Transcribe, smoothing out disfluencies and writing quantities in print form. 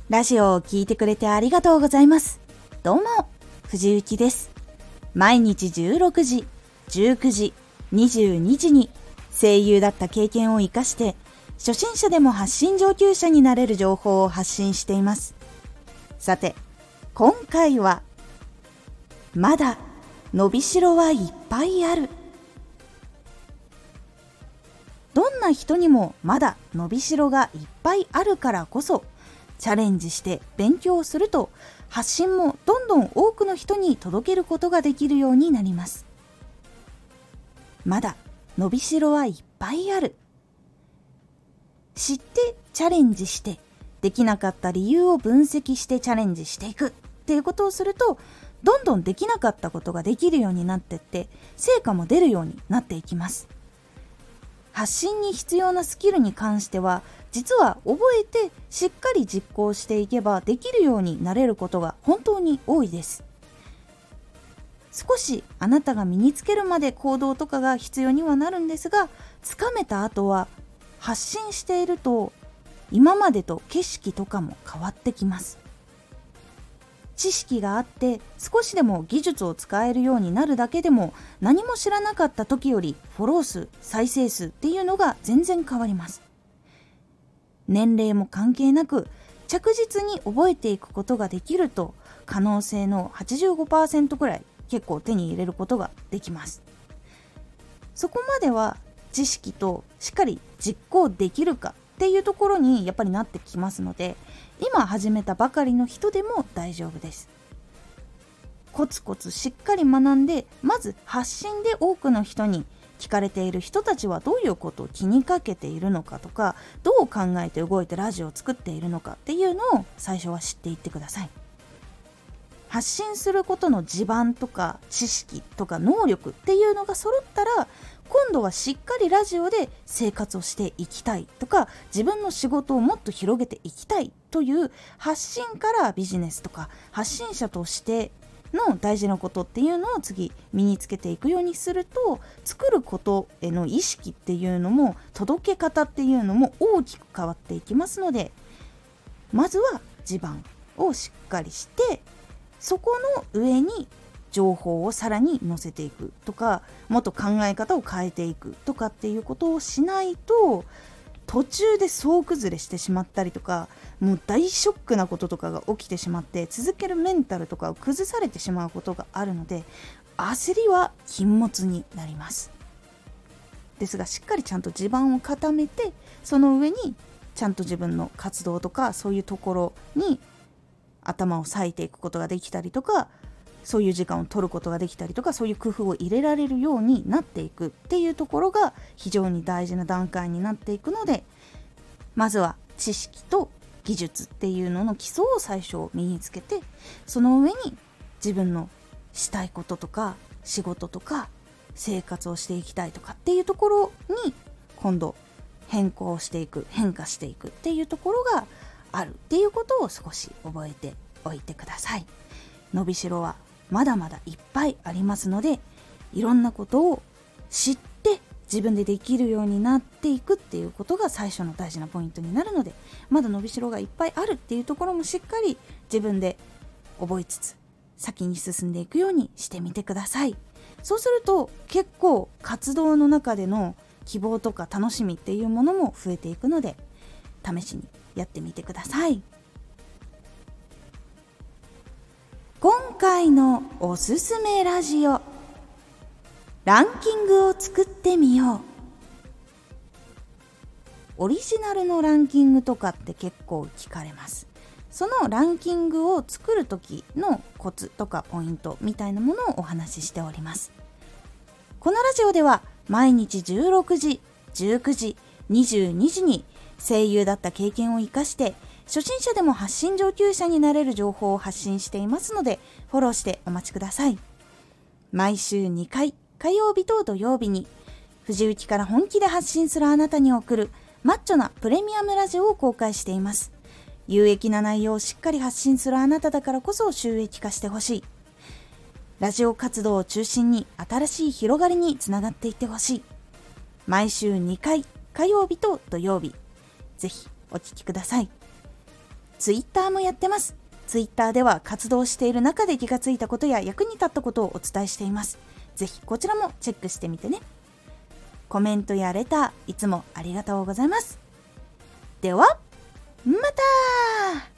ラジオを聞いてくれてありがとうございます。どうも、藤幸です。毎日16時、19時、22時に声優だった経験を生かして初心者でも発信上級者になれる情報を発信しています。さて、今回はまだ伸びしろはいっぱいある。どんな人にもまだ伸びしろがいっぱいあるからこそチャレンジして勉強すると発信もどんどん多くの人に届けることができるようになります。まだ伸びしろはいっぱいある。知ってチャレンジしてできなかった理由を分析してチャレンジしていくっていうことをするとどんどんできなかったことができるようになってって成果も出るようになっていきます。発信に必要なスキルに関しては実は覚えてしっかり実行していけばできるようになれることが本当に多いです。少しあなたが身につけるまで行動とかが必要にはなるんですが、つかめた後は発信していると今までと景色とかも変わってきます。知識があって少しでも技術を使えるようになるだけでも何も知らなかった時よりフォロー数、再生数っていうのが全然変わります。年齢も関係なく着実に覚えていくことができると可能性の 85% くらい結構手に入れることができます。そこまでは知識としっかり実行できるかっていうところにやっぱりなってきますので、今始めたばかりの人でも大丈夫です。コツコツしっかり学んで、まず発信で多くの人に聞かれている人たちはどういうことを気にかけているのかとか、どう考えて動いてラジオを作っているのかっていうのを最初は知っていってください。発信することの地盤とか知識とか能力っていうのが揃ったら、今度はしっかりラジオで生活をしていきたいとか、自分の仕事をもっと広げていきたいという発信からビジネスとか発信者としての大事なことっていうのを次身につけていくようにすると、作ることへの意識っていうのも届け方っていうのも大きく変わっていきますので、まずは地盤をしっかりして、そこの上に情報をさらに載せていくとか、もっと考え方を変えていくとかっていうことをしないと、途中で総崩れしてしまったりとか、もう大ショックなこととかが起きてしまって続けるメンタルとかを崩されてしまうことがあるので、焦りは禁物になります。ですがしっかりちゃんと地盤を固めて、その上にちゃんと自分の活動とかそういうところに頭を割いていくことができたりとか、そういう時間を取ることができたりとか、そういう工夫を入れられるようになっていくっていうところが非常に大事な段階になっていくので、まずは知識と技術っていうのの基礎を最初身につけて、その上に自分のしたいこととか仕事とか生活をしていきたいとかっていうところに今度変更していく、変化していくっていうところがあるっていうことを少し覚えておいてください。伸びしろはまだまだいっぱいありますので、いろんなことを知って自分でできるようになっていくっていうことが最初の大事なポイントになるので、まだ伸びしろがいっぱいあるっていうところもしっかり自分で覚えつつ先に進んでいくようにしてみてください。そうすると結構活動の中での希望とか楽しみっていうものも増えていくので、試しにやってみてください。今回のおすすめラジオ、ランキングを作ってみよう。オリジナルのランキングとかって結構聞かれます。そのランキングを作る時のコツとかポイントみたいなものをお話ししております。このラジオでは毎日16時、19時、22時に声優だった経験を生かして初心者でも発信上級者になれる情報を発信していますので、フォローしてお待ちください。毎週2回、火曜日と土曜日に藤雪から本気で発信するあなたに送るマッチョなプレミアムラジオを公開しています。有益な内容をしっかり発信するあなただからこそ収益化してほしい。ラジオ活動を中心に新しい広がりにつながっていってほしい。毎週2回、火曜日と土曜日、ぜひお聞きください。 Twitter もやってます。Twitter では活動している中で気がついたことや役に立ったことをお伝えしています。ぜひこちらもチェックしてみてね。コメントやレターいつもありがとうございます。ではまた。